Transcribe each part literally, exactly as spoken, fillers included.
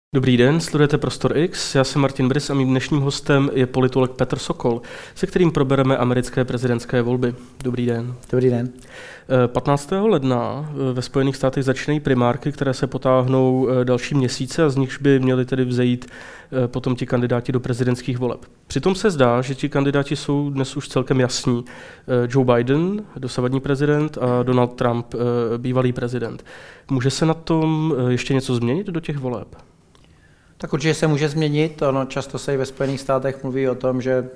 Dobrý den, sledujete Prostor X, já jsem Martin Brys a mým dnešním hostem je politolog Petr Sokol, se kterým probereme americké prezidentské volby. Dobrý den. Dobrý den. patnáctého ledna ve Spojených státech začínají primárky, které se potáhnou další měsíce a z nichž by měli tedy vzejít potom ti kandidáti do prezidentských voleb. Přitom se zdá, že ti kandidáti jsou dnes už celkem jasní. Joe Biden, dosavadní prezident, a Donald Trump, bývalý prezident. Může se na tom ještě něco změnit do těch voleb? Tak určitě se může změnit. Ono často se i ve Spojených státech mluví o tom, že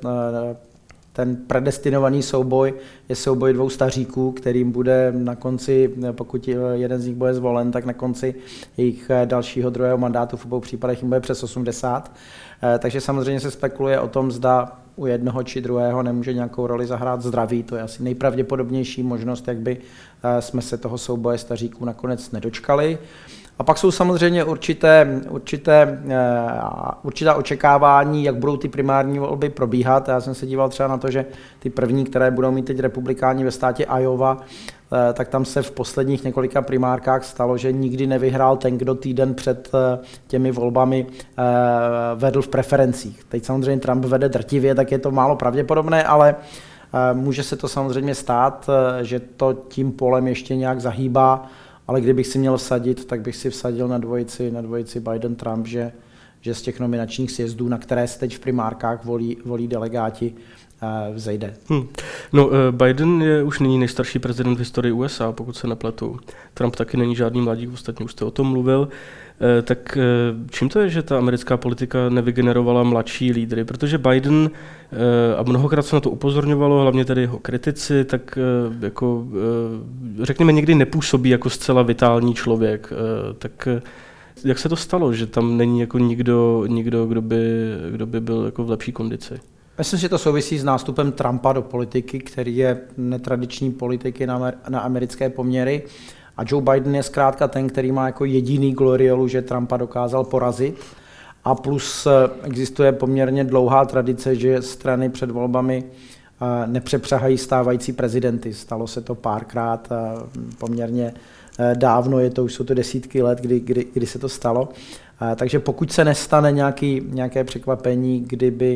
ten predestinovaný souboj je souboj dvou staříků, kterým bude na konci, pokud jeden z nich bude zvolen, tak na konci jejich dalšího druhého mandátu v obou případech jim bude přes osmdesát. Takže samozřejmě se spekuluje o tom, zda u jednoho či druhého nemůže nějakou roli zahrát zdraví. To je asi nejpravděpodobnější možnost, jak by jsme se toho souboje staříků nakonec nedočkali. A pak jsou samozřejmě určité, určité, určitá očekávání, jak budou ty primární volby probíhat. Já jsem se díval třeba na to, že ty první, které budou mít teď republikáni ve státě Iowa, tak tam se v posledních několika primárkách stalo, že nikdy nevyhrál ten, kdo týden před těmi volbami vedl v preferencích. Teď samozřejmě Trump vede drtivě, tak je to málo pravděpodobné, ale může se to samozřejmě stát, že to tím polem ještě nějak zahýbá. Ale kdybych si měl vsadit, tak bych si vsadil na dvojici, na dvojici Biden-Trump, že, že z těch nominačních sjezdů, na které se teď v primárkách volí, volí delegáti, vzejde. Hmm. No, Biden je už nyní nejstarší prezident v historii U S A, pokud se nepletu. Trump taky není žádný mladík, ostatně už jste o tom mluvil. Tak čím to je, že ta americká politika nevygenerovala mladší lídry? Protože Biden, a mnohokrát se na to upozorňovalo, hlavně tedy jeho kritici, tak jako, řekněme, někdy nepůsobí jako zcela vitální člověk. Tak jak se to stalo, že tam není jako nikdo, nikdo kdo, by, kdo by byl jako v lepší kondici? Myslím, že to souvisí s nástupem Trumpa do politiky, který je netradiční politiky na, na americké poměry. A Joe Biden je zkrátka ten, který má jako jediný gloriolu, že Trumpa dokázal porazit. A plus existuje poměrně dlouhá tradice, že strany před volbami nepřepřahají stávající prezidenty. Stalo se to párkrát, poměrně dávno, je to, už jsou to desítky let, kdy, kdy, kdy se to stalo. Takže pokud se nestane nějaký, nějaké překvapení, kdyby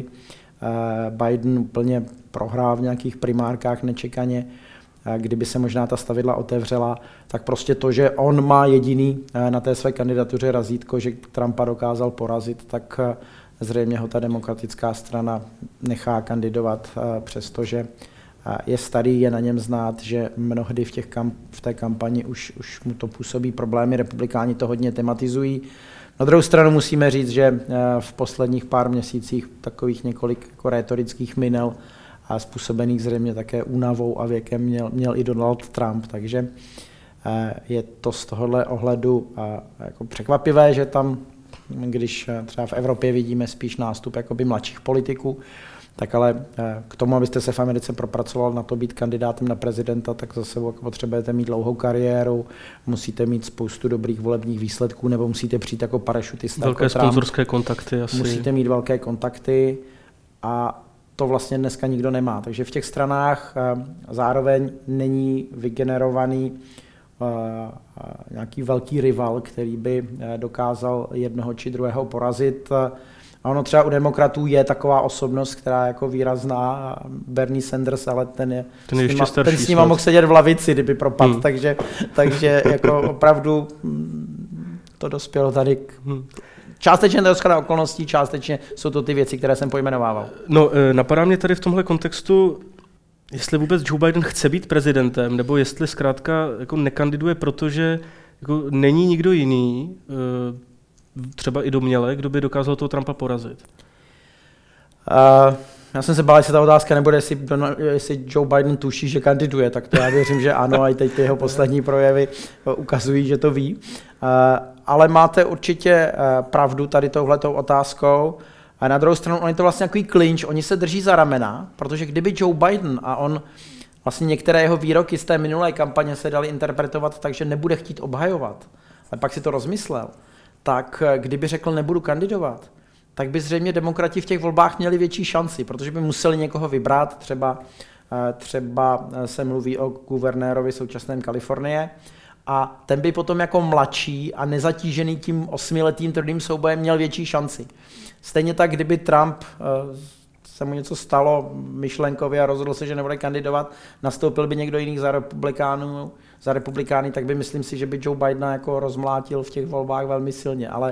Biden úplně prohrál v nějakých primárkách nečekaně, kdyby se možná ta stavidla otevřela, tak prostě to, že on má jediný na té své kandidatuře razítko, že Trumpa dokázal porazit, tak zřejmě ho ta demokratická strana nechá kandidovat, přestože je starý, je na něm znát, že mnohdy v, těch kamp- v té kampani už, už mu to působí problémy, republikáni to hodně tematizují. Na druhou stranu musíme říct, že v posledních pár měsících takových několik jako rétorických minel a způsobených zřejmě také únavou a věkem měl, měl i Donald Trump, takže je to z tohohle ohledu jako překvapivé, že tam, když třeba v Evropě vidíme spíš nástup jakoby mladších politiků, tak ale k tomu, abyste se v Americe propracoval na to být kandidátem na prezidenta, tak za sebou potřebujete mít dlouhou kariéru, musíte mít spoustu dobrých volebních výsledků, nebo musíte přijít jako parašutista. Velké jako sponzorské kontakty asi. Musíte mít velké kontakty a to vlastně dneska nikdo nemá. Takže v těch stranách zároveň není vygenerovaný nějaký velký rival, který by dokázal jednoho či druhého porazit. A ono třeba u demokratů je taková osobnost, která je jako výrazná, Bernie Sanders, ale ten je ten, je s, nima, starší, ten s nima mohl sedět v lavici, kdyby propadl, hmm. takže, takže jako opravdu to dospělo tady k... Hmm. Částečně to je sklad okolností, částečně jsou to ty věci, které jsem pojmenovával. No, napadá mě tady v tomhle kontextu, jestli vůbec Joe Biden chce být prezidentem, nebo jestli zkrátka jako nekandiduje, protože jako není nikdo jiný, třeba i domněle, kdo by dokázal toho Trumpa porazit. Uh, já jsem se bál, jestli ta otázka nebude, jestli, jestli Joe Biden tuší, že kandiduje, tak to já věřím, že ano, a i teď ty jeho poslední projevy ukazují, že to ví. Uh, ale máte určitě uh, pravdu tady touhletou otázkou. A na druhou stranu, on je to vlastně takový clinch, oni se drží za ramena, protože kdyby Joe Biden a on vlastně některé jeho výroky z té minulé kampaně se dali interpretovat tak, že nebude chtít obhajovat, ale pak si to rozmyslel, tak kdyby řekl nebudu kandidovat, tak by zřejmě demokrati v těch volbách měli větší šanci, protože by museli někoho vybrat, třeba, třeba se mluví o guvernérovi současném Kalifornie, a ten by potom jako mladší a nezatížený tím osmiletým tvrdým soubojem měl větší šanci. Stejně tak, kdyby Trump se mu něco stalo myšlenkově a rozhodl se, že nebude kandidovat, nastoupil by někdo jiný za republikánů, za republikány, tak by myslím si, že by Joe Bidena jako rozmlátil v těch volbách velmi silně, ale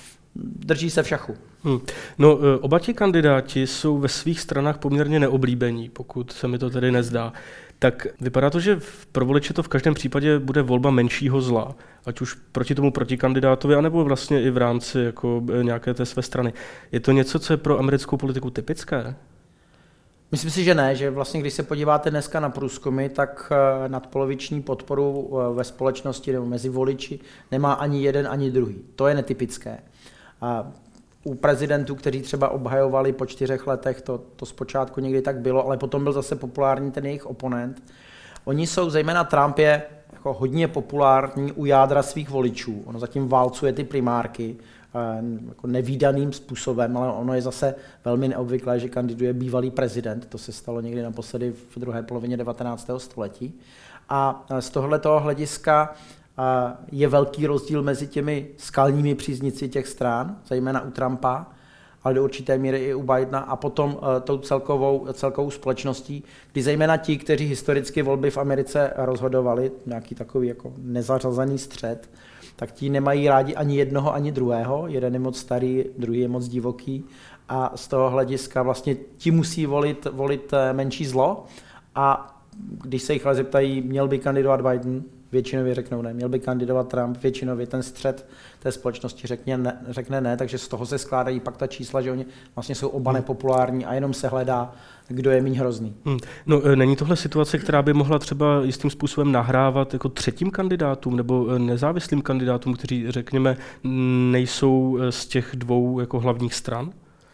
drží se v šachu. Hmm. No, oba ti kandidáti jsou ve svých stranách poměrně neoblíbení, pokud se mi to tedy nezdá. Tak vypadá to, že pro voliče to v každém případě bude volba menšího zla, ať už proti tomu protikandidátovi, anebo vlastně i v rámci jako nějaké té své strany. Je to něco, co je pro americkou politiku typické? Myslím si, že ne, že vlastně když se podíváte dneska na průzkumy, tak nadpoloviční podporu ve společnosti nebo mezi voliči nemá ani jeden, ani druhý. To je netypické. A u prezidentů, kteří třeba obhajovali po čtyřech letech, to, to zpočátku někdy tak bylo, ale potom byl zase populární ten jejich oponent. Oni jsou, zejména Trump je jako hodně populární u jádra svých voličů. Ono zatím válcuje ty primárky jako nevídaným způsobem, ale ono je zase velmi neobvyklé, že kandiduje bývalý prezident. To se stalo někdy naposledy v druhé polovině devatenáctého století. A z tohoto hlediska je velký rozdíl mezi těmi skalními příznivci těch stran, zejména u Trumpa, ale do určité míry i u Bidena, a potom tou celkovou, celkovou společností, kdy zejména ti, kteří historicky volby v Americe rozhodovali, nějaký takový jako nezařazený střed, tak ti nemají rádi ani jednoho, ani druhého. Jeden je moc starý, druhý je moc divoký a z toho hlediska vlastně ti musí volit, volit menší zlo, a když se jich ale zeptají, měl by kandidovat Biden, většinově řeknou ne, měl by kandidovat Trump, většinově ten střed té společnosti řekne ne, řekne ne, takže z toho se skládají pak ta čísla, že oni vlastně jsou oba nepopulární a jenom se hledá, kdo je méně hrozný. Hmm. No, není tohle situace, která by mohla třeba jistým způsobem nahrávat jako třetím kandidátům nebo nezávislým kandidátům, kteří, řekněme, nejsou z těch dvou jako hlavních stran?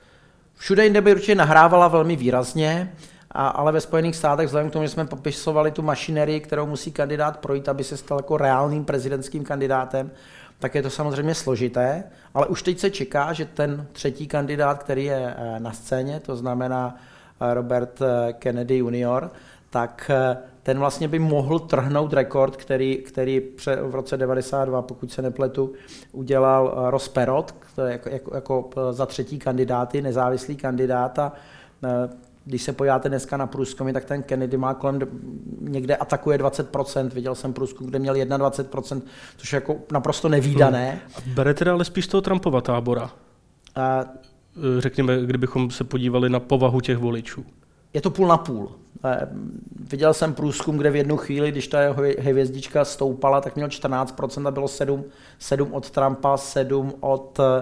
Všude jinde by určitě nahrávala velmi výrazně, A, ale ve Spojených státech, vzhledem k tomu, že jsme popisovali tu mašinerii, kterou musí kandidát projít, aby se stal jako reálným prezidentským kandidátem, tak je to samozřejmě složité, ale už teď se čeká, že ten třetí kandidát, který je na scéně, to znamená Robert Kennedy junior, tak ten vlastně by mohl trhnout rekord, který, který v roce devadesát dva, pokud se nepletu, udělal Ross Perot, jako, jako, jako za třetí kandidáty, nezávislý kandidát. A když se podíváte dneska na průzkumy, tak ten Kennedy má kolem, někde atakuje dvacet procent, viděl jsem průzkum, kde měl dvacet jedna procent, což je jako naprosto nevídané. Hmm. Bere teda ale spíš toho Trumpova tábora. A... Řekněme, kdybychom se podívali na povahu těch voličů. Je to půl na půl. Viděl jsem průzkum, kde v jednu chvíli, když ta jeho hvězdička stoupala, tak měl čtrnáct procent a bylo sedm, sedm od Trumpa, sedm od uh,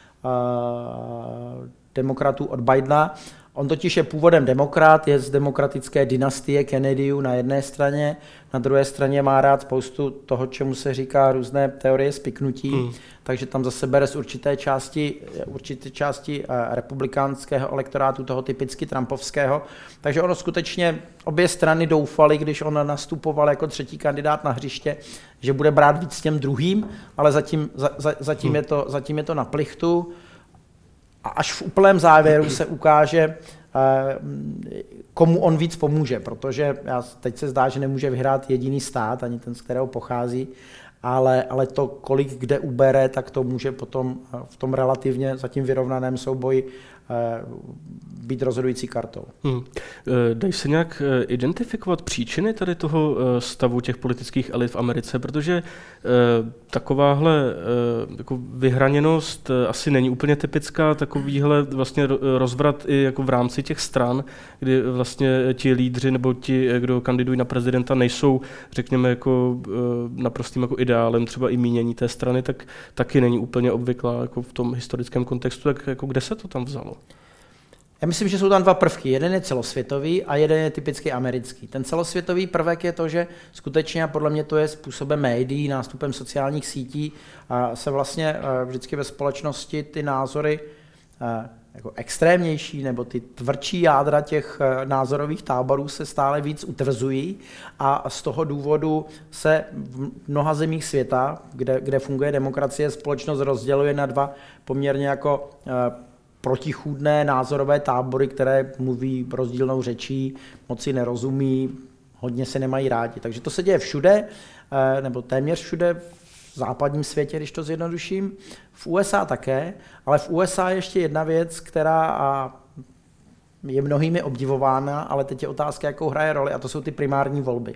demokratů, od Bidena. On totiž je původem demokrat, je z demokratické dynastie Kennedyů na jedné straně, na druhé straně má rád spoustu toho, čemu se říká různé teorie spiknutí, hmm. takže tam zase bere z určité části, určité části republikánského elektorátu, toho typicky trumpovského. Takže ono skutečně obě strany doufaly, když on nastupoval jako třetí kandidát na hřiště, že bude brát víc těm druhým, ale zatím, za, za, zatím, hmm. je, to, zatím je to na plichtu. A až v úplném závěru se ukáže, komu on víc pomůže, protože já, teď se zdá, že nemůže vyhrát jediný stát, ani ten, z kterého pochází, ale, ale to, kolik kde ubere, tak to může potom v tom relativně zatím vyrovnaném souboji být rozhodující kartou. Hmm. Dají se nějak identifikovat příčiny tady toho stavu těch politických elit v Americe, protože takováhle jako vyhraněnost asi není úplně typická, takovýhle vlastně rozvrat i jako v rámci těch stran, kdy vlastně ti lídři nebo ti, kdo kandidují na prezidenta, nejsou, řekněme, jako naprostým jako ideálem třeba i mínění té strany, tak taky není úplně obvyklá jako v tom historickém kontextu, tak jako kde se to tam vzalo? Já myslím, že jsou tam dva prvky. Jeden je celosvětový a jeden je typicky americký. Ten celosvětový prvek je to, že skutečně, a podle mě to je způsobem médií, nástupem sociálních sítí, se vlastně vždycky ve společnosti ty názory jako extrémnější nebo ty tvrdší jádra těch názorových táborů se stále víc utvrzují a z toho důvodu se v mnoha zemích světa, kde, kde funguje demokracie, společnost rozděluje na dva poměrně jako protichůdné názorové tábory, které mluví rozdílnou řečí, moc si nerozumí, hodně se nemají rádi. Takže to se děje všude, nebo téměř všude v západním světě, když to zjednoduším. V U S A také, ale v U S A je ještě jedna věc, která je mnohými obdivována, ale teď je otázka, jakou hraje roli, a to jsou ty primární volby.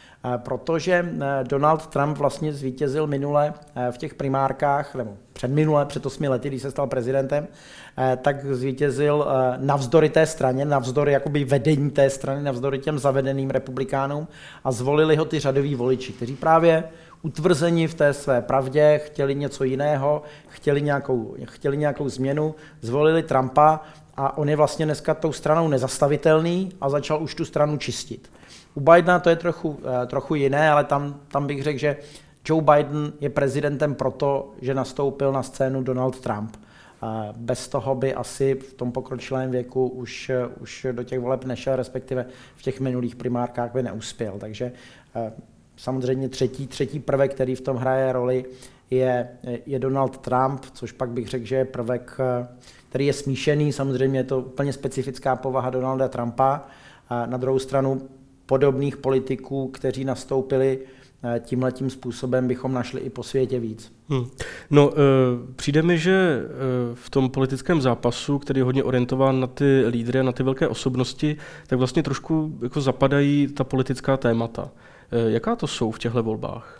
Protože Donald Trump vlastně zvítězil minule v těch primárkách, nebo předminule, před osmi lety, když se stal prezidentem, tak zvítězil navzdory té straně, navzdory jakoby vedení té strany, navzdory těm zavedeným republikánům a zvolili ho ty řadoví voliči, kteří právě utvrzeni v té své pravdě, chtěli něco jiného, chtěli nějakou, chtěli nějakou změnu, zvolili Trumpa a on je vlastně dneska tou stranou nezastavitelný a začal už tu stranu čistit. U Bidena to je trochu, trochu jiné, ale tam, tam bych řekl, že Joe Biden je prezidentem proto, že nastoupil na scénu Donald Trump. Bez toho by asi v tom pokročilém věku už, už do těch voleb nešel, respektive v těch minulých primárkách by neuspěl. Takže samozřejmě třetí, třetí prvek, který v tom hraje roli, je, je Donald Trump, což pak bych řekl, že je prvek, který je smíšený. Samozřejmě je to úplně specifická povaha Donalda Trumpa. Na druhou stranu podobných politiků, kteří nastoupili tímhletím způsobem, bychom našli i po světě víc. Hmm. No, e, přijde mi, že e, v tom politickém zápasu, který je hodně orientován na ty lídry a na ty velké osobnosti, tak vlastně trošku jako zapadají ta politická témata. E, jaká to jsou v těchto volbách?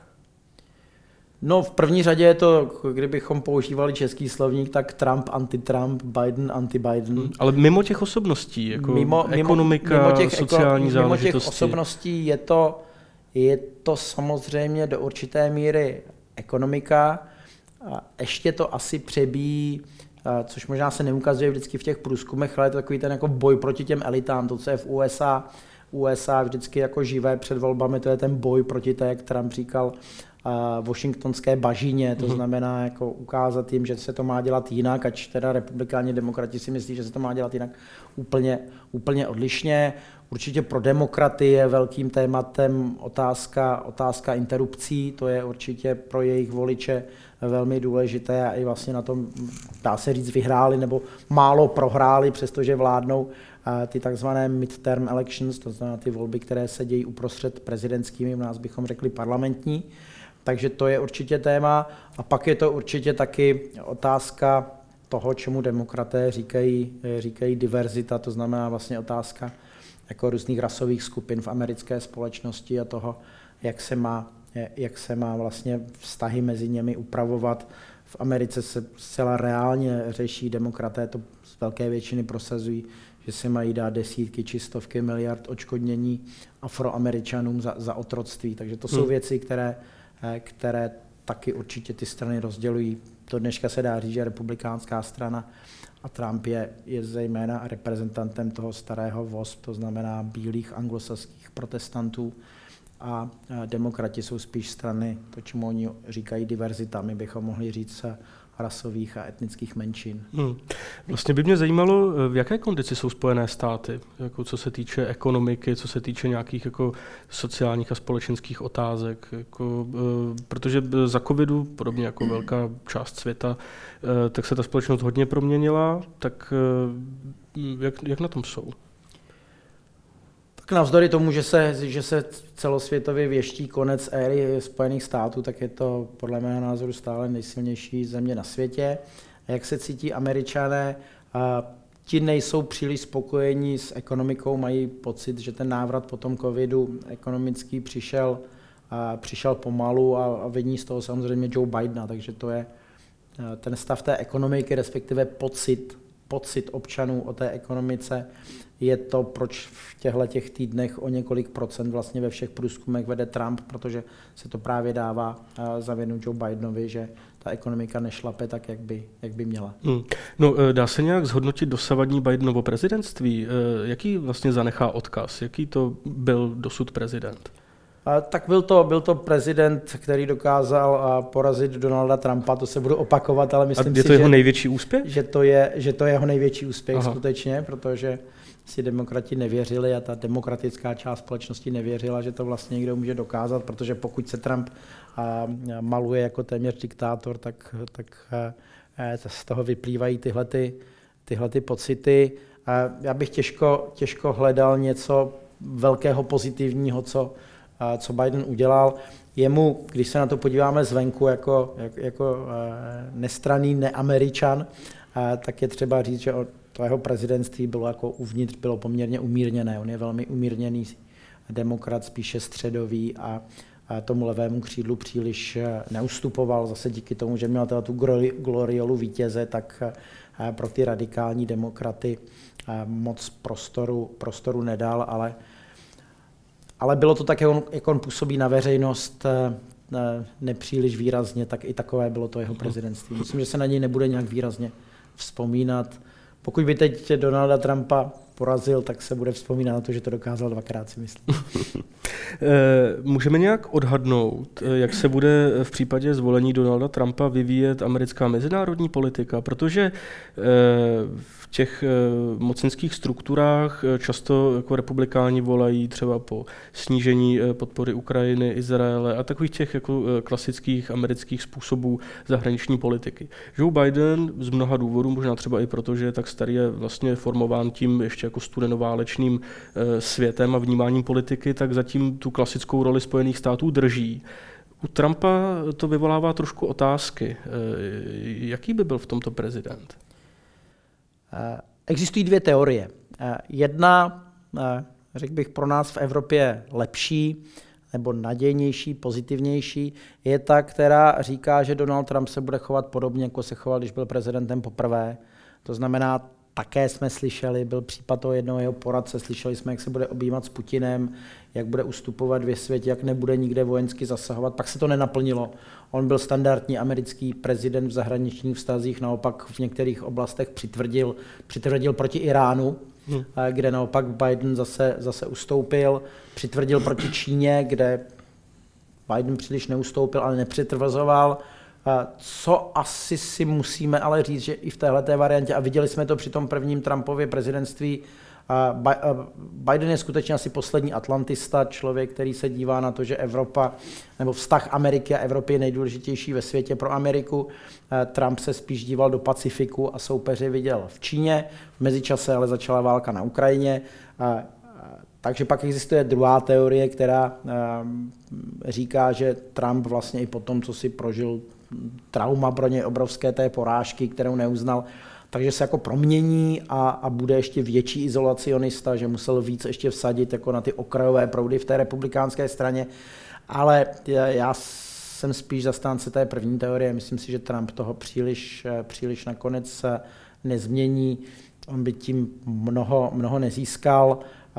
No, v první řadě je to, kdybychom používali český slovník, tak Trump, anti-Trump, Biden, anti-Biden. Hmm, ale mimo těch osobností, jako mimo, ekonomika, mimo těch, sociální mimo záležitosti. Mimo těch osobností je to, je to samozřejmě do určité míry ekonomika. A ještě to asi přebíjí, což možná se neukazuje vždycky v těch průzkumech, ale je to takový ten jako boj proti těm elitám, to, co je v U S A. U S A vždycky jako živé před volbami, to je ten boj proti té, jak Trump říkal, washingtonské bažině, to znamená jako ukázat jim, že se to má dělat jinak, ač teda republikáni, demokrati si myslí, že se to má dělat jinak úplně, úplně odlišně. Určitě pro demokraty je velkým tématem otázka, otázka interrupcí, to je určitě pro jejich voliče velmi důležité a i vlastně na tom, dá se říct, vyhráli nebo málo prohráli, přestože vládnou ty takzvané midterm elections, to znamená ty volby, které se dějí uprostřed prezidentskými, u nás bychom řekli parlamentní. Takže to je určitě téma. A pak je to určitě taky otázka toho, čemu demokraté říkají, říkají diverzita, to znamená vlastně otázka jako různých rasových skupin v americké společnosti a toho, jak se má, jak se má vlastně vztahy mezi nimi upravovat. V Americe se zcela reálně řeší, demokraté to z velké většiny prosazují, že se mají dát desítky či stovky miliard odškodnění Afroameričanům za, za otroctví. Takže to jsou hmm. věci, které které taky určitě ty strany rozdělují. Do dneška se dá říct, že republikánská strana a Trump je, je zejména reprezentantem toho starého V O S P, to znamená bílých anglosaských protestantů a demokrati jsou spíš strany, to čemu oni říkají diverzita, my bychom mohli říct rasových a etnických menšin. Hmm. Vlastně by mě zajímalo, v jaké kondici jsou Spojené státy, jako co se týče ekonomiky, co se týče nějakých jako sociálních a společenských otázek, jako, protože za covidu, podobně jako velká část světa, tak se ta společnost hodně proměnila, tak jak, jak na tom jsou? Tak navzdory tomu, že se, že se celosvětově věští konec éry Spojených států, tak je to podle mého názoru stále nejsilnější země na světě. A jak se cítí Američané, ti nejsou příliš spokojení s ekonomikou, mají pocit, že ten návrat po tom covidu ekonomický přišel, přišel pomalu a viní z toho samozřejmě Joe Bidena, takže to je ten stav té ekonomiky, respektive pocit, pocit občanů o té ekonomice, je to, proč v těchto těch týdnech o několik procent vlastně ve všech průzkumech vede Trump, protože se to právě dává za vinu Joe Bidenovi, že ta ekonomika nešlape tak, jak by, jak by měla. Hmm. No, dá se nějak zhodnotit dosavadní Bidenovo prezidentství? Jaký vlastně zanechá odkaz? Jaký to byl dosud prezident? A tak byl to, byl to prezident, který dokázal porazit Donalda Trumpa, to se budu opakovat, ale myslím si, je to si, jeho že, největší úspěch? Že, to je, že to je jeho největší úspěch. Aha. Skutečně, protože si demokrati nevěřili a ta demokratická část společnosti nevěřila, že to vlastně někdo může dokázat, protože pokud se Trump a, maluje jako téměř diktátor, tak, tak a, z toho vyplývají tyhle, ty, tyhle ty pocity. A já bych těžko, těžko hledal něco velkého pozitivního, co, co Biden udělal. Jemu, když se na to podíváme zvenku jako, jako, jako nestranný neameričan, tak je třeba říct, že to jeho prezidentství bylo jako uvnitř bylo poměrně umírněné. On je velmi umírněný demokrat, spíše středový a tomu levému křídlu příliš neustupoval. Zase díky tomu, že měl tu gloriolu vítěze, tak pro ty radikální demokraty moc prostoru, prostoru nedal, ale, ale bylo to tak, jak on, jak on působí na veřejnost nepříliš výrazně, tak i takové bylo to jeho prezidentství. Myslím, že se na něj nebude nějak výrazně vzpomínat. Pokud by teď Donalda Trumpa porazil, tak se bude vzpomínat na to, že to dokázal dvakrát, si myslím. Můžeme nějak odhadnout, jak se bude v případě zvolení Donalda Trumpa vyvíjet americká mezinárodní politika, protože v těch mocenských strukturách často jako republikáni volají třeba po snížení podpory Ukrajiny, Izraele a takových těch jako klasických amerických způsobů zahraniční politiky. Joe Biden z mnoha důvodů, možná třeba i proto, že je tak starý, je vlastně formován tím ještě jako studenoválečným světem a vnímáním politiky, tak zatím tu klasickou roli Spojených států drží. U Trumpa to vyvolává trošku otázky. Jaký by byl v tomto prezident? Existují dvě teorie. Jedna, řekl bych, pro nás v Evropě lepší nebo nadějnější, pozitivnější, je ta, která říká, že Donald Trump se bude chovat podobně, jako se choval, když byl prezidentem poprvé. To znamená, také jsme slyšeli, byl případ toho jednoho jeho poradce, slyšeli jsme, jak se bude objímat s Putinem, jak bude ustupovat ve světě, jak nebude nikde vojensky zasahovat. Pak se to nenaplnilo. On byl standardní americký prezident v zahraničních vztazích, naopak v některých oblastech přitvrdil, přitvrdil proti Iránu, hmm. kde naopak Biden zase, zase ustoupil, přitvrdil proti Číně, kde Biden příliš neustoupil, ale nepřitvrzoval. Co asi si musíme ale říct, že i v téhleté variantě, a viděli jsme to při tom prvním Trumpově prezidentství, Biden je skutečně asi poslední atlantista, člověk, který se dívá na to, že Evropa, nebo vztah Ameriky a Evropy je nejdůležitější ve světě pro Ameriku. Trump se spíš díval do Pacifiku a soupeře viděl v Číně. V mezičase ale začala válka na Ukrajině. Takže pak existuje druhá teorie, která říká, že Trump vlastně i po tom, co si prožil trauma pro něj obrovské té porážky, kterou neuznal, takže se jako promění a, a bude ještě větší izolacionista, že musel víc ještě vsadit jako na ty okrajové proudy v té republikánské straně. Ale já jsem spíš zastánce té první teorie. Myslím si, že Trump toho příliš, příliš nakonec nezmění. On by tím mnoho, mnoho nezískal.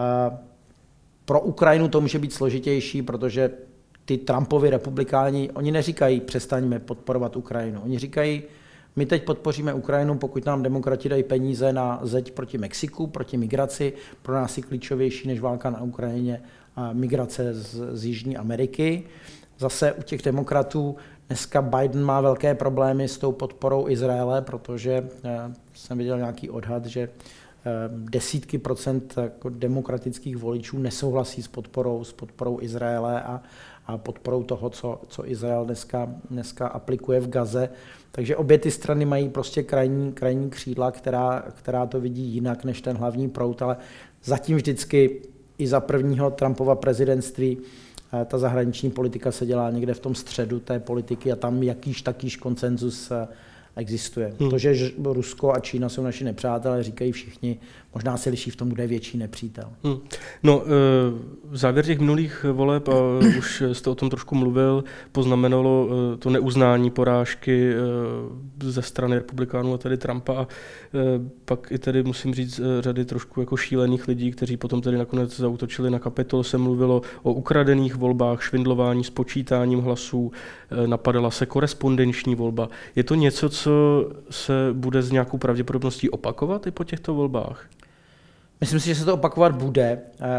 Pro Ukrajinu to může být složitější, protože ty Trumpovi republikáni, oni neříkají, přestaňme podporovat Ukrajinu. Oni říkají, my teď podpoříme Ukrajinu, pokud nám demokrati dají peníze na zeď proti Mexiku, proti migraci. Pro nás je klíčovější než válka na Ukrajině a migrace z, z Jižní Ameriky. Zase u těch demokratů dneska Biden má velké problémy s tou podporou Izraele, protože jsem viděl nějaký odhad, že desítky procent jako demokratických voličů nesouhlasí s podporou, s podporou Izraele a, a podporou toho, co, co Izrael dneska, dneska aplikuje v Gaze. Takže obě ty strany mají prostě krajní, krajní křídla, která, která to vidí jinak než ten hlavní proud, ale zatím vždycky i za prvního Trumpova prezidentství ta zahraniční politika se dělá někde v tom středu té politiky a tam jakýž takýž konsenzus existuje. Hmm. To, že Rusko a Čína jsou naši nepřátelé, říkají všichni, možná se liší v tom, kde je větší nepřítel. Hmm. No, v závěr těch minulých voleb, a už jste o tom trošku mluvil, poznamenalo to neuznání porážky ze strany republikánů a tedy Trumpa a pak i tedy musím říct řady trošku jako šílených lidí, kteří potom tedy nakonec zaútočili na Kapitol, se mluvilo o ukradených volbách, švindlování s počítáním hlasů, napadala se korespondenční volba. Je to něco, co se bude s nějakou pravděpodobností opakovat i po těchto volbách? Myslím si, že se to opakovat bude.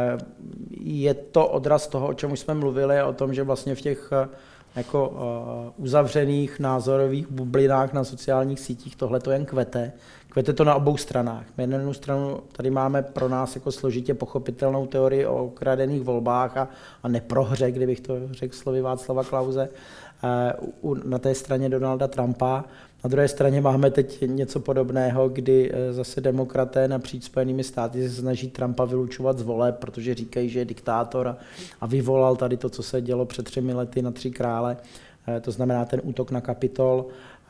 Je to odraz toho, o čem už jsme mluvili, o tom, že vlastně v těch jako uzavřených názorových bublinách na sociálních sítích tohle to jen kvete. Kvete to na obou stranách. Na jednu stranu tady máme pro nás jako složitě pochopitelnou teorii o kradených volbách a, a neprohře, kdybych to řekl slovy Václava Klause, na té straně Donalda Trumpa. Na druhé straně máme teď něco podobného, kdy zase demokraté napříč Spojenými státy se snaží Trumpa vylučovat z voleb, protože říkají, že je diktátor a vyvolal tady to, co se dělo před třemi lety na Tři krále, to znamená ten útok na Kapitol.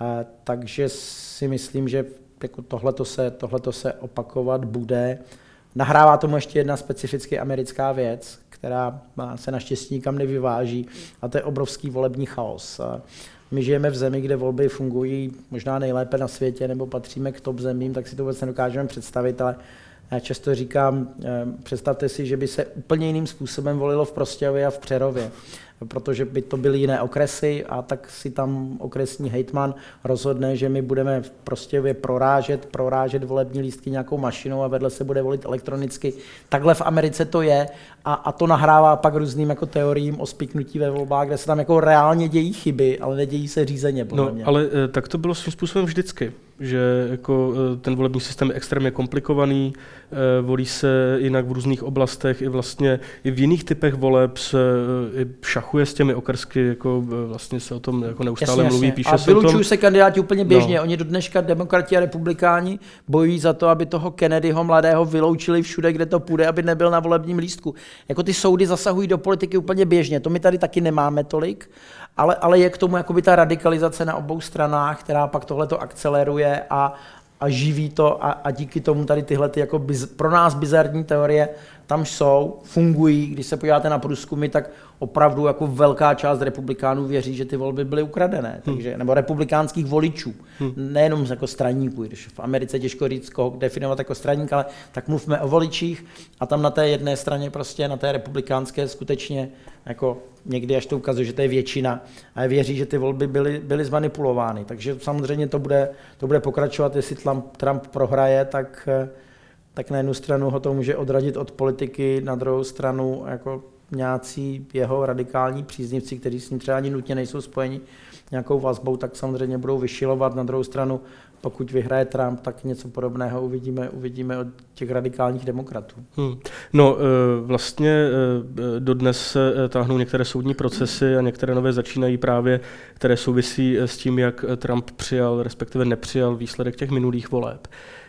Takže si myslím, že tohleto se, tohleto se opakovat bude. Nahrává tomu ještě jedna specificky americká věc, která se naštěstí nikam nevyváží, a to je obrovský volební chaos. My žijeme v zemi, kde volby fungují možná nejlépe na světě, nebo patříme k top zemím, tak si to vůbec nedokážeme představit, ale já často říkám, představte si, že by se úplně jiným způsobem volilo v Prostějově a v Přerově, protože by to byly jiné okresy a tak si tam okresní hejtman rozhodne, že my budeme v Prostějově prorážet, prorážet volební lístky nějakou mašinou a vedle se bude volit elektronicky. Takhle v Americe to je a, a to nahrává pak různým jako teoriím o spiknutí ve volbách, kde se tam jako reálně dějí chyby, ale nedějí se řízeně, podle no, mě. Ale tak to bylo svým způsobem vždycky, že jako ten volební systém je extrémně komplikovaný, volí se jinak v různých oblastech, i vlastně i v jiných typech voleb se i šachuje s těmi okrsky, jako vlastně se o tom jako neustále jasně, mluví, jasně. píše a se o tom. vylučují se kandidáti úplně běžně. No. Oni do dneška demokrati a republikáni bojují za to, aby toho Kennedyho mladého vyloučili všude, kde to půjde, aby nebyl na volebním lístku. Jako ty soudy zasahují do politiky úplně běžně. To my tady taky nemáme tolik, ale, ale je k tomu jakoby ta radikalizace na obou stranách, která pak tohleto akceleruje a, a živí to a, a díky tomu tady tyhle ty jako biz, pro nás bizarní teorie tam jsou, fungují. Když se podíváte na průzkumy, tak opravdu jako velká část republikánů věří, že ty volby byly ukradené, takže, nebo republikánských voličů, hmm. nejenom jako straníků, když v Americe těžko říct, koho definovat jako straník, ale tak mluvme o voličích a tam na té jedné straně prostě, na té republikánské skutečně jako někdy až to ukazuje, že to je většina a věří, že ty volby byly, byly zmanipulovány. Takže samozřejmě to bude, to bude pokračovat, jestli Trump, Trump prohraje, tak, tak na jednu stranu ho to může odradit od politiky, na druhou stranu jako nějací jeho radikální příznivci, kteří s ním třeba ani nutně nejsou spojeni nějakou vazbou, tak samozřejmě budou vyšilovat. Na druhou stranu, pokud vyhraje Trump, tak něco podobného uvidíme, uvidíme od těch radikálních demokratů. Hmm. No vlastně dodnes se táhnou některé soudní procesy a některé nové začínají právě, které souvisí s tím, jak Trump přijal, respektive nepřijal výsledek těch minulých voleb.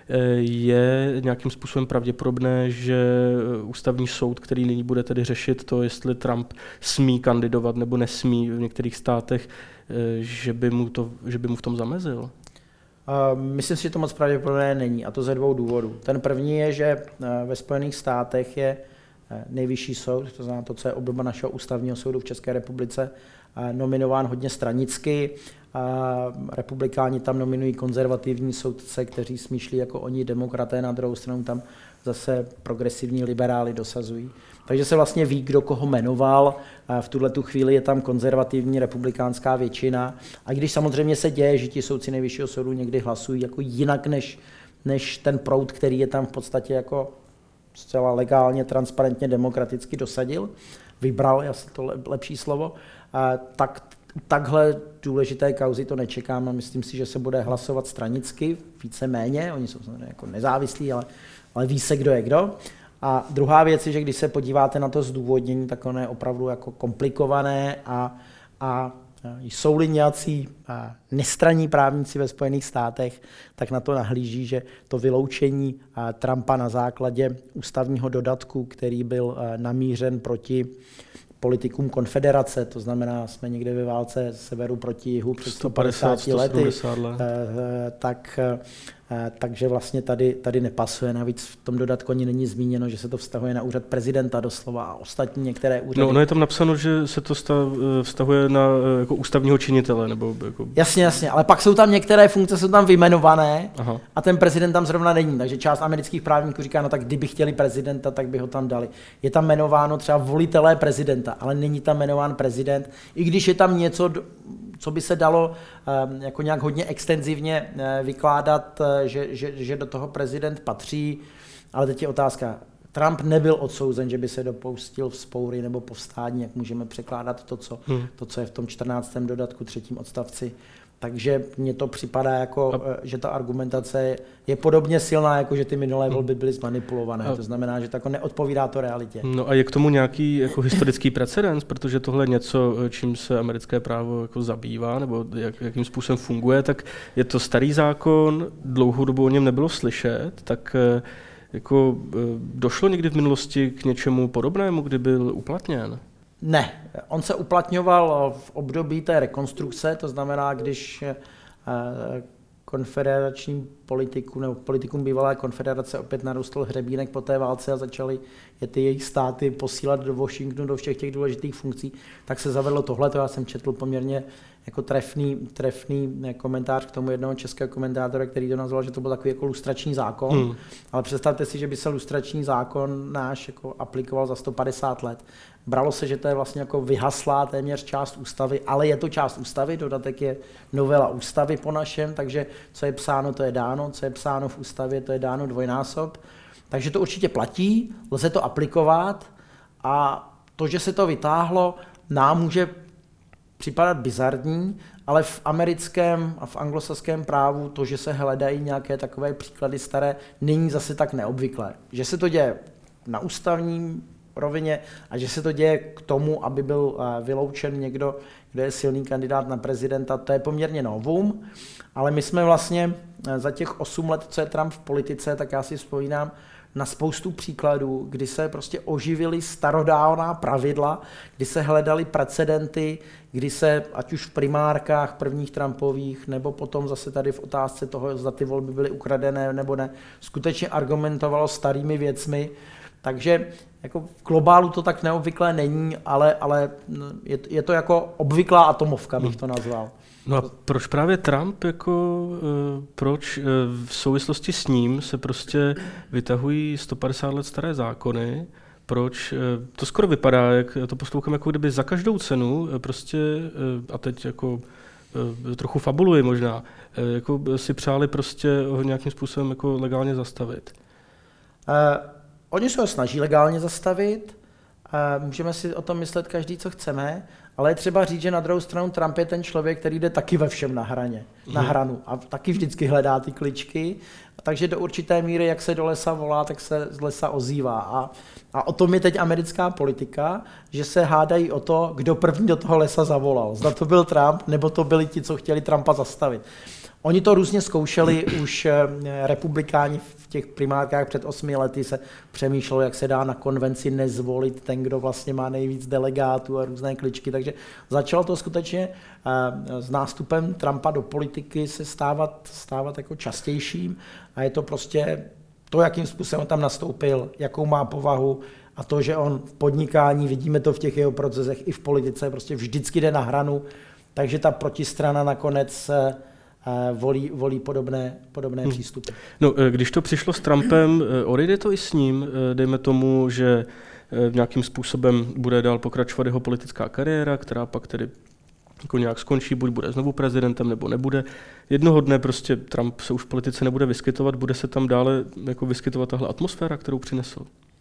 Je nějakým způsobem pravděpodobné, že ústavní soud, který nyní bude tedy řešit to, jestli Trump smí kandidovat nebo nesmí v některých státech, že by mu, to, že by mu v tom zamezil? Myslím si, že to moc pravděpodobné není, a to ze dvou důvodů. Ten první je, že ve Spojených státech je nejvyšší soud, to znamená to, co je obdoba našeho ústavního soudu v České republice, nominován hodně stranicky. Republikáni tam nominují konzervativní soudce, kteří smýšlí jako oni, demokraté na druhou stranu tam zase progresivní liberály dosazují. Takže se vlastně ví, kdo koho jmenoval. V tuhletu chvíli je tam konzervativní republikánská většina. A když samozřejmě se děje, že ti soudci nejvyššího soudu někdy hlasují jako jinak než, než ten proud, který je tam v podstatě jako zcela legálně, transparentně, demokraticky dosadil, vybral, je asi to lepší slovo, tak takhle důležité kauzy to nečekám a myslím si, že se bude hlasovat stranicky, víceméně, oni jsou samozřejmě jako nezávislí, ale, ale ví se, kdo je kdo. A druhá věc je, že když se podíváte na to zdůvodnění, tak ono je opravdu jako komplikované a, a jsou-li nějací nestranní právníci ve Spojených státech, tak na to nahlíží, že to vyloučení Trumpa na základě ústavního dodatku, který byl namířen proti politikům konfederace, to znamená, jsme někde ve válce severu proti jihu před sto padesáti lety, let. tak, takže vlastně tady, tady nepasuje. Navíc v tom dodatku ani není zmíněno, že se to vztahuje na úřad prezidenta doslova a ostatní některé úřady. No, ono je tam napsáno, že se to vztahuje na jako ústavního činitele. Nebo jako... Jasně, jasně, ale pak jsou tam některé funkce, jsou tam vyjmenované. Aha. A ten prezident tam zrovna není. Takže část amerických právníků říká, no tak kdyby chtěli prezidenta, tak by ho tam dali. Je tam jmenováno třeba volitelé prezidenta, ale není tam jmenován prezident, i když je tam něco, co by se dalo um, jako nějak hodně extenzivně uh, vykládat, uh, že, že, že do toho prezident patří, ale teď je otázka. Trump nebyl odsouzen, že by se dopustil vzpoury nebo povstání, jak můžeme překládat to, co, hmm. to, co je v tom čtrnáctém dodatku třetím odstavci Takže mně to připadá jako, a... že ta argumentace je podobně silná, jako že ty minulé volby byly zmanipulované. A... To znamená, že to jako neodpovídá to realitě. No a je k tomu nějaký jako historický precedens, protože tohle je něco, čím se americké právo jako zabývá, nebo jak, jakým způsobem funguje, tak je to starý zákon, dlouhou dobu o něm nebylo slyšet, tak jako došlo někdy v minulosti k něčemu podobnému, kdy byl uplatněn? Ne, on se uplatňoval v období té rekonstrukce, to znamená, když konfederačním politikům nebo politikům bývalé konfederace opět narostl hřebínek po té válce a začaly je ty jejich státy posílat do Washingtonu, do všech těch důležitých funkcí, tak se zavedlo tohle. To já jsem četl poměrně jako trefný, trefný komentář k tomu jednoho českého komentátora, který to nazval, že to byl takový jako lustrační zákon. Hmm. Ale představte si, že by se lustrační zákon náš jako aplikoval za sto padesát let. Bralo se, že to je vlastně jako vyhaslá téměř část ústavy, ale je to část ústavy, dodatek je novela ústavy po našem, takže co je psáno, to je dáno, co je psáno v ústavě, to je dáno dvojnásob. Takže to určitě platí, lze to aplikovat a to, že se to vytáhlo, nám může připadat bizarní, ale v americkém a v anglosaském právu to, že se hledají nějaké takové příklady staré, není zase tak neobvyklé. Že se to děje na ústavním rovině a že se to děje k tomu, aby byl vyloučen někdo, kdo je silný kandidát na prezidenta, to je poměrně novum, ale my jsme vlastně za těch osm let, co je Trump v politice, tak já si vzpomínám na spoustu příkladů, kdy se prostě oživily starodávná pravidla, kdy se hledaly precedenty, kdy se, ať už v primárkách prvních Trumpových, nebo potom zase tady v otázce toho, zda ty volby byly ukradené nebo ne, skutečně argumentovalo starými věcmi. Takže jako v globálu to tak neobvyklé není, ale, ale je, je to jako obvyklá atomovka, bych to nazval. No a proč právě Trump, jako, proč v souvislosti s ním se prostě vytahují sto padesát let staré zákony, proč, to skoro vypadá, jak to poslouchám, jako kdyby za každou cenu prostě, a teď jako trochu fabuluji možná, jako si přáli prostě ho nějakým způsobem jako legálně zastavit. Uh, oni se ho snaží legálně zastavit, uh, můžeme si o tom myslet každý, co chceme, ale je třeba říct, že na druhou stranu Trump je ten člověk, který jde taky ve všem na hraně, na hranu a taky vždycky hledá ty kličky, takže do určité míry, jak se do lesa volá, tak se z lesa ozývá. A, a o tom je teď americká politika, že se hádají o to, kdo první do toho lesa zavolal. Zda to byl Trump, nebo to byli ti, co chtěli Trumpa zastavit. Oni to různě zkoušeli, už republikáni v těch primárkách před osmi lety se přemýšlelo, jak se dá na konvenci nezvolit ten, kdo vlastně má nejvíc delegátů a různé kličky. Takže začalo to skutečně s nástupem Trumpa do politiky se stávat, stávat jako častějším a je to prostě to, jakým způsobem tam nastoupil, jakou má povahu a to, že on v podnikání, vidíme to v těch jeho procesech i v politice, prostě vždycky jde na hranu, takže ta protistrana nakonec volí, volí podobné, podobné hmm. přístupy. No, když to přišlo s Trumpem, odejde to i s ním, dejme tomu, že nějakým způsobem bude dál pokračovat jeho politická kariéra, která pak tedy jako nějak skončí, buď bude znovu prezidentem, nebo nebude. Jednoho dne prostě Trump se už v politice nebude vyskytovat, bude se tam dále jako vyskytovat tahle atmosféra, kterou přinesl?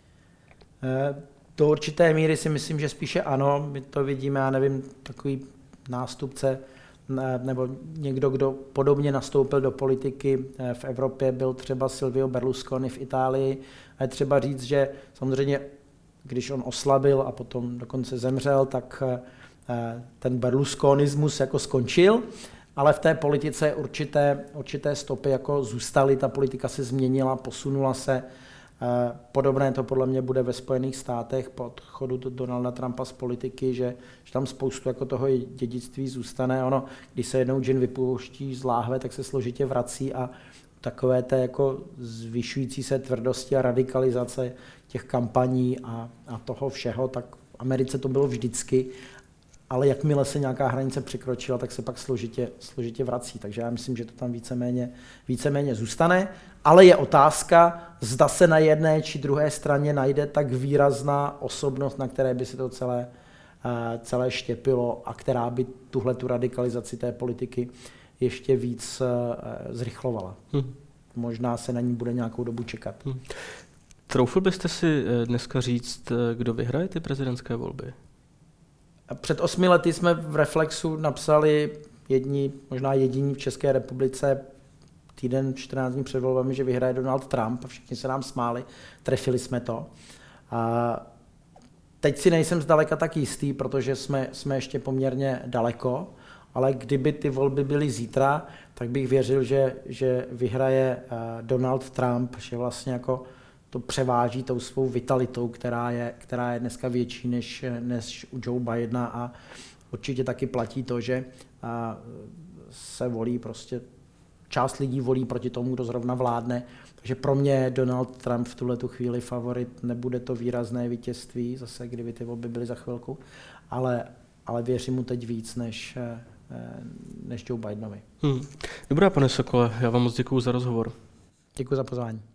Do určité míry si myslím, že spíše ano. My to vidíme, já nevím, takový nástupce nebo někdo, kdo podobně nastoupil do politiky v Evropě, byl třeba Silvio Berlusconi v Itálii. A je třeba říct, že samozřejmě, když on oslabil a potom dokonce zemřel, tak ten berlusconismus jako skončil, ale v té politice určité, určité stopy jako zůstaly, ta politika se změnila, posunula se. Podobné to podle mě bude ve Spojených státech po odchodu Donalda Trumpa z politiky, že, že tam spoustu jako toho dědictví zůstane. Ono, když se jednou džin vypouští z láhve, tak se složitě vrací a takové té jako zvyšující se tvrdosti a radikalizace těch kampaní a, a toho všeho, tak v Americe to bylo vždycky, ale jakmile se nějaká hranice překročila, tak se pak složitě, složitě vrací. Takže já myslím, že to tam víceméně, víceméně zůstane, ale je otázka, zda se na jedné či druhé straně najde tak výrazná osobnost, na které by se to celé, celé štěpilo a která by tuhle tu radikalizaci té politiky ještě víc zrychlovala. Hmm. Možná se na ní bude nějakou dobu čekat. Hmm. Troufl byste si dneska říct, kdo vyhraje ty prezidentské volby? Před osmi lety jsme v Reflexu napsali jedni, možná jediní v České republice týden, čtrnáct dní před volbami, že vyhraje Donald Trump a všichni se nám smáli, trefili jsme to. A teď si nejsem zdaleka tak jistý, protože jsme, jsme ještě poměrně daleko, ale kdyby ty volby byly zítra, tak bych věřil, že, že vyhraje Donald Trump, že vlastně jako to převáží tou svou vitalitou, která je, která je dneska větší než, než u Joe Bidena a určitě taky platí to, že se volí prostě, část lidí volí proti tomu, kdo zrovna vládne, takže pro mě je Donald Trump v tuhletu chvíli favorit, nebude to výrazné vítězství, zase kdyby ty volby byly za chvilku, ale, ale věřím mu teď víc než, než Joe Bidenovi. Hmm. Dobrá, pane Sokole, já vám moc děkuju za rozhovor. Děkuji za pozvání.